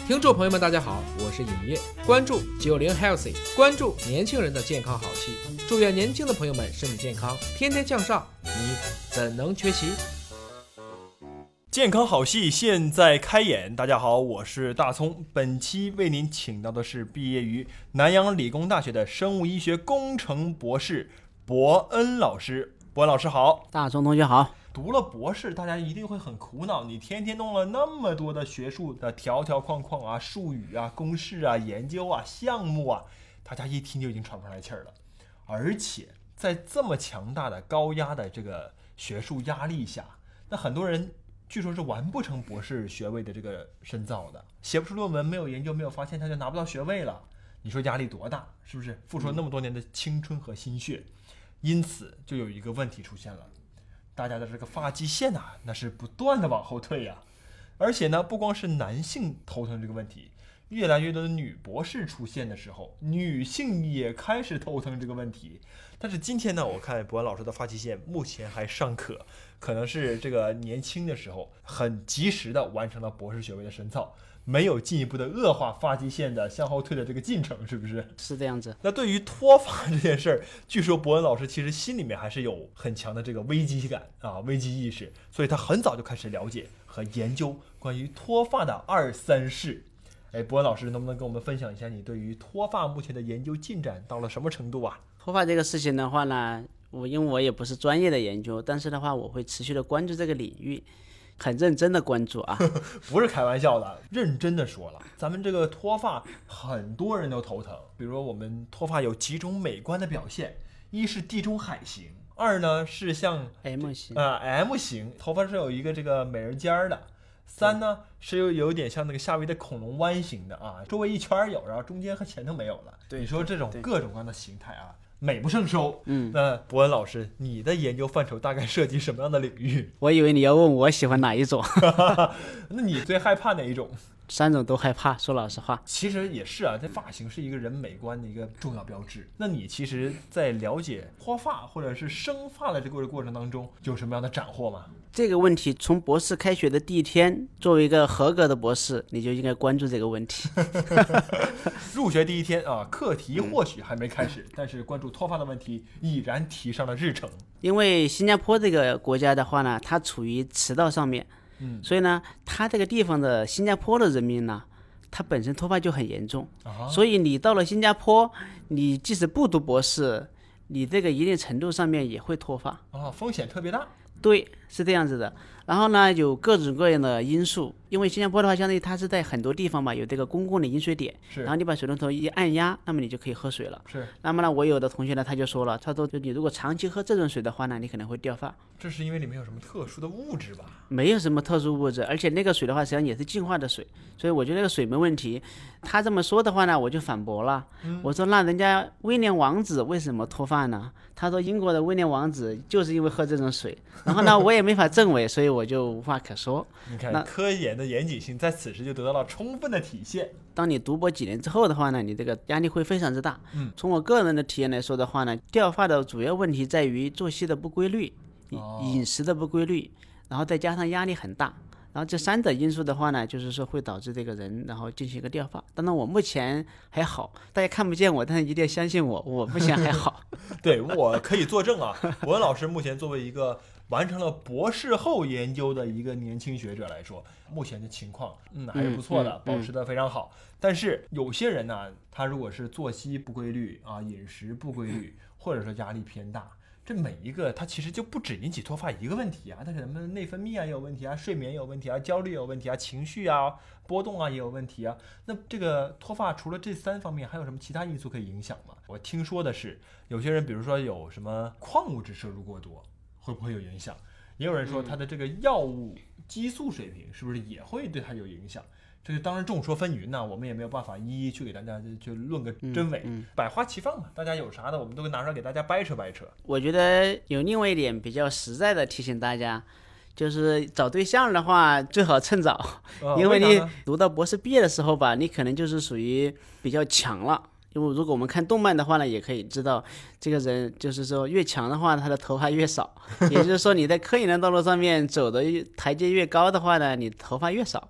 听众朋友们，大家好，我是尹烨，关注90 Healthy， 关注年轻人的健康好戏，祝愿年轻的朋友们身体健康，天天向上，你怎能缺席？ 健康好戏现在开演，大家好，我是大葱。本期为您请到的是毕业于南洋理工大学的生物医学工程博士伯恩老师。伯恩老师好。 大葱同学好。 读了博士，大家一定会很苦恼，你天天弄了那么多的学术的条条框框啊、术语啊、公式啊、研究啊、项目啊，大家一听就已经喘不上来气儿了。而且在这么强大的高压的这个学术压力下，那很多人据说是完不成博士学位的这个深造的，写不出论文，没有研究，没有发现，他就拿不到学位了。你说压力多大，是不是？付出了那么多年的青春和心血，因此就有一个问题出现了。大家的这个发际线啊，那是不断的往后退呀，而且呢，不光是男性头疼这个问题，越来越多的女博士出现的时候，女性也开始头疼这个问题。但是今天呢，我看伯恩老师的发际线目前还尚可，可能是这个年轻的时候很及时的完成了博士学位的深造，没有进一步的恶化发际线的向后退的这个进程，是不是？ 是这样子。 那对于脱发这件事儿，据说伯恩老师其实心里面还是有很强的这个危机感啊，危机意识，所以他很早就开始了解和研究关于脱发的二三事。伯恩老师能不能跟我们分享一下你对于脱发目前的研究进展到了什么程度啊？ 脱发这个事情的话呢，因为我也不是专业的研究，但是的话我会持续的关注这个领域，很认真的关注啊。 不是开玩笑的，认真的说了，咱们这个脱发很多人都头疼。比如说我们脱发有几种美观的表现，一是地中海型，二呢是像 M 型 M 型，头发是有一个这个美人尖的。三呢是有点像那个夏威的恐龙湾型的啊，周围一圈有，然后中间和前头没有了。 对， 你说这种各种各样的形态啊，美不胜收。那伯恩老师，你的研究范畴大概涉及什么样的领域？ 我以为你要问我喜欢哪一种。 那你最害怕哪一种 ？3种都害怕，说老实话。 其实也是啊，这发型是一个人美观的一个重要标志。那你其实在了解脱发或者是生发的这个过程当中，有什么样的斩获吗？ 这个问题从博士开学的第一天，作为一个合格的博士，你就应该关注这个问题。 入学第一天啊，课题或许还没开始，但是关注脱发的问题已然提上了日程。 因为新加坡这个国家的话呢，它处于赤道上面，所以呢，它这个地方的新加坡的人民呢，它本身脱发就很严重，所以你到了新加坡，你即使不读博士，你这个一定程度上面也会脱发啊，风险特别大。 对，是这样子的。然后呢，有各种各样的因素，因为新加坡的话，相当于它是在很多地方嘛，有这个公共的饮水点，然后你把水龙头一按压，那么你就可以喝水了。 是。那么呢，我有的同学呢，他就说了，他说你如果长期喝这种水的话呢，你可能会掉发。 这是因为里面有什么特殊的物质吧？ 没有什么特殊物质，而且那个水的话，实际上也是净化的水，所以我觉得那个水没问题。他这么说的话呢，我就反驳了，我说那人家威廉王子为什么脱发呢？他说英国的威廉王子就是因为喝这种水，然后呢，我也没法证伪，所以我就无话可说。 你看，科研的严谨性在此时就得到了充分的体现。 当你读博几年之后的话呢，你这个压力会非常之大。从我个人的体验来说的话呢，掉发的主要问题在于作息的不规律，饮食的不规律，然后再加上压力很大。然后这3者因素的话呢，就是说会导致这个人然后进行一个掉发。当然我目前还好，大家看不见我，但是一定要相信我，我目前还好。 对，我可以作证啊。伯恩老师目前作为一个完成了博士后研究的一个年轻学者来说，目前的情况还是不错的，保持得非常好。但是有些人呢，他如果是作息不规律啊，饮食不规律，或者说压力偏大，这每一个它其实就不只引起脱发一个问题啊，它可能内分泌啊也有问题啊，睡眠也有问题啊，焦虑也有问题啊，情绪啊波动啊也有问题啊。那这个脱发除了这3方面，还有什么其他因素可以影响吗？我听说的是，有些人比如说有什么矿物质摄入过多，会不会有影响？也有人说他的这个药物激素水平是不是也会对他有影响？这个当然众说纷纭呢，我们也没有办法一一去给大家就论个真伪，百花齐放嘛，大家有啥的我们都拿出来给大家掰扯掰扯。 我觉得有另外一点比较实在的提醒大家，就是找对象的话最好趁早，因为你读到博士毕业的时候吧，你可能就是属于比较强了。因为如果我们看动漫的话呢，也可以知道这个人就是说越强的话，他的头发越少。也就是说你在科研的道路上面走的台阶越高的话呢，你头发越少。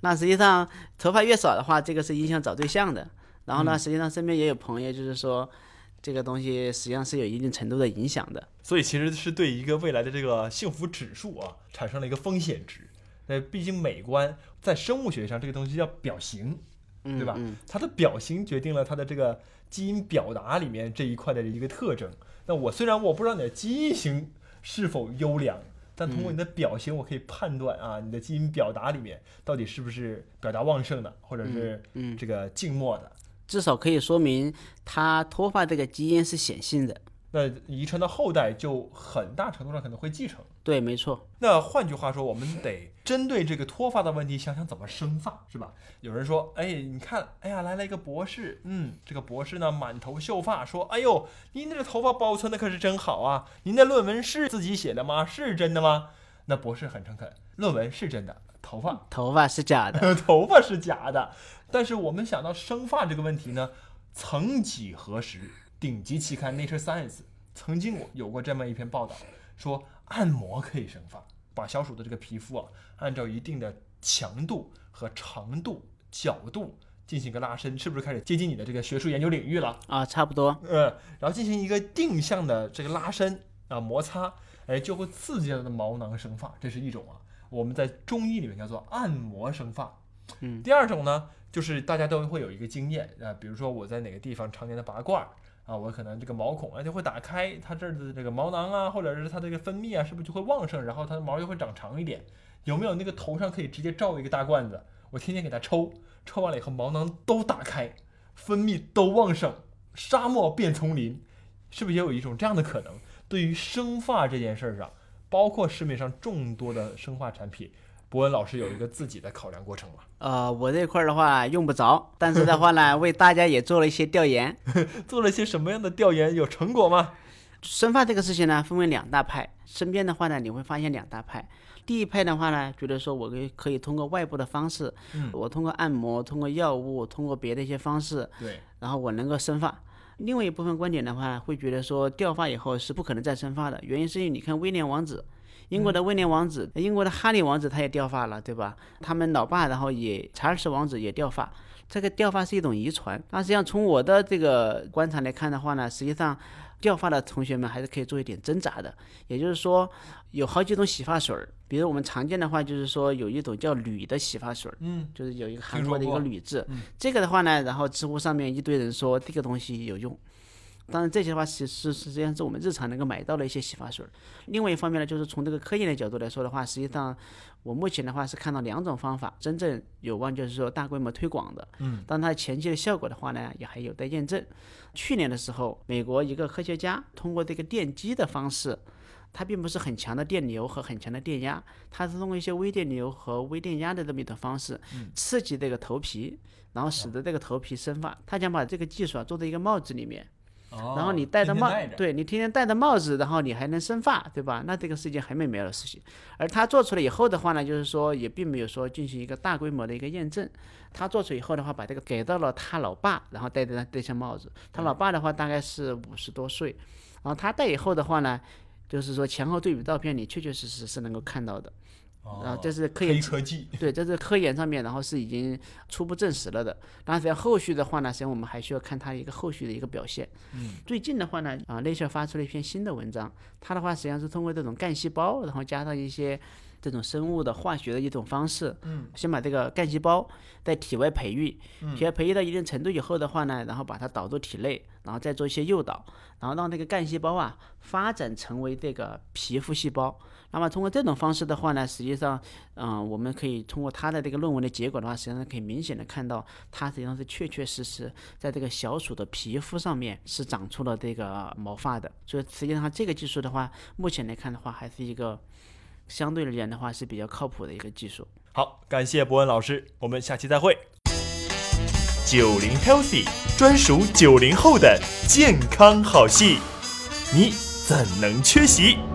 那实际上头发越少的话，这个是影响找对象的。然后呢，实际上身边也有朋友就是说，这个东西实际上是有一定程度的影响的。 所以其实是对一个未来的这个幸福指数啊，产生了一个风险值。毕竟美观在生物学上这个东西叫表型，对吧？它的表型决定了它的这个基因表达里面这一块的一个特征。那虽然我不知道你的基因型是否优良，但通过你的表型，我可以判断啊，你的基因表达里面到底是不是表达旺盛的，或者是这个静默的。 至少可以说明它脱发这个基因是显性的。 那遗传的后代就很大程度上可能会继承。 对，没错。 那换句话说，我们得针对这个脱发的问题，想想怎么生发，是吧？有人说，哎，你看，哎呀，来了一个博士，这个博士呢满头秀发，说，哎呦，您这个头发保存的可是真好啊！您的论文是自己写的吗？是真的吗？那博士很诚恳，论文是真的，头发是假的， 头发是假的。但是我们想到生发这个问题呢，曾几何时，顶级期刊 Nature Science 曾经有过这么一篇报道，说按摩可以生发，把小鼠的这个皮肤啊，按照一定的强度和长度、角度进行一个拉伸，是不是开始接近你的这个学术研究领域了啊？差不多。 然后进行一个定向的这个拉伸啊，摩擦，就会刺激它的毛囊生发，这是一种啊，我们在中医里面叫做按摩生发。第二种呢，就是大家都会有一个经验啊，比如说我在哪个地方常年的拔罐啊，我可能这个毛孔就会打开，它这儿的这个毛囊啊，或者是它这个分泌啊，是不是就会旺盛，然后它的毛就会长长一点？有没有那个头上可以直接罩一个大罐子，我天天给它抽完了以后，毛囊都打开，分泌都旺盛，沙漠变丛林，是不是也有一种这样的可能？对于生发这件事上，包括市面上众多的生发产品，博文老师有一个自己的考量过程吗？ 我这块的话用不着，但是的话呢，为大家也做了一些调研。 做了一些什么样的调研？有成果吗？ 生发这个事情呢，分为两大派。身边的话呢，你会发现两大派。第一派的话呢，觉得说我可以通过外部的方式，我通过按摩、通过药物、通过别的一些方式， 对， 然后我能够生发。另外一部分观点的话，会觉得说掉发以后是不可能再生发的，原因是因为你看威廉王子。英国的威廉王子，英国的哈利王子他也掉发了，对吧？他们老爸然后也查尔斯王子也掉发，这个掉发是一种遗传。那实际上从我的这个观察来看的话呢，实际上掉发的同学们还是可以做一点挣扎的。也就是说有好几种洗发水，比如我们常见的话就是说有一种叫铝的洗发水，就是有一个韩国的一个铝字，这个的话呢，然后知乎上面一堆人说这个东西有用。当然这些的话实际上是我们日常能够买到的一些洗发水。另外一方面呢，就是从这个科研的角度来说的话，实际上我目前的话是看到两种方法真正有望就是说大规模推广的。但它前期的效果的话呢，也还有待验证。去年的时候，美国一个科学家通过这个电击的方式，它并不是很强的电流和很强的电压，它是通过一些微电流和微电压的这么一种方式，刺激这个头皮，然后使得这个头皮生发。他想把这个技术做在一个帽子里面。然后你戴着帽，对，你天天戴着帽子，然后你还能生发，对吧？那这个是一件很美妙的事情。而他做出来以后的话呢，就是说也并没有说进行一个大规模的一个验证。他做出以后的话，把这个给到了他老爸，然后戴上帽子。他老爸的话大概是50多岁，然后他戴以后的话呢，就是说前后对比照片你确确实实是能够看到的。然后这是科技， 对，这是科研上面，然后是已经初步证实了的。当然，后续的话呢，实际上我们还需要看它一个后续的一个表现。最近的话呢，Nature 发出了一篇新的文章，它的话实际上是通过这种干细胞，然后加上一些这种生物的化学的一种方式，先把这个干细胞在体外培育，体外培育到一定程度以后的话呢，然后把它导入体内，然后再做一些诱导，然后让这个干细胞啊发展成为这个皮肤细胞。那么通过这种方式的话呢，实际上，我们可以通过他的这个论文的结果的话，实际上可以明显的看到，它实际上是确确实实在这个小鼠的皮肤上面是长出了这个毛发的。所以实际上这个技术的话，目前来看的话，还是一个相对而言的话是比较靠谱的一个技术。 好，感谢博文老师，我们下期再会。90 Healthy 专属90后的健康好戏，你怎能缺席？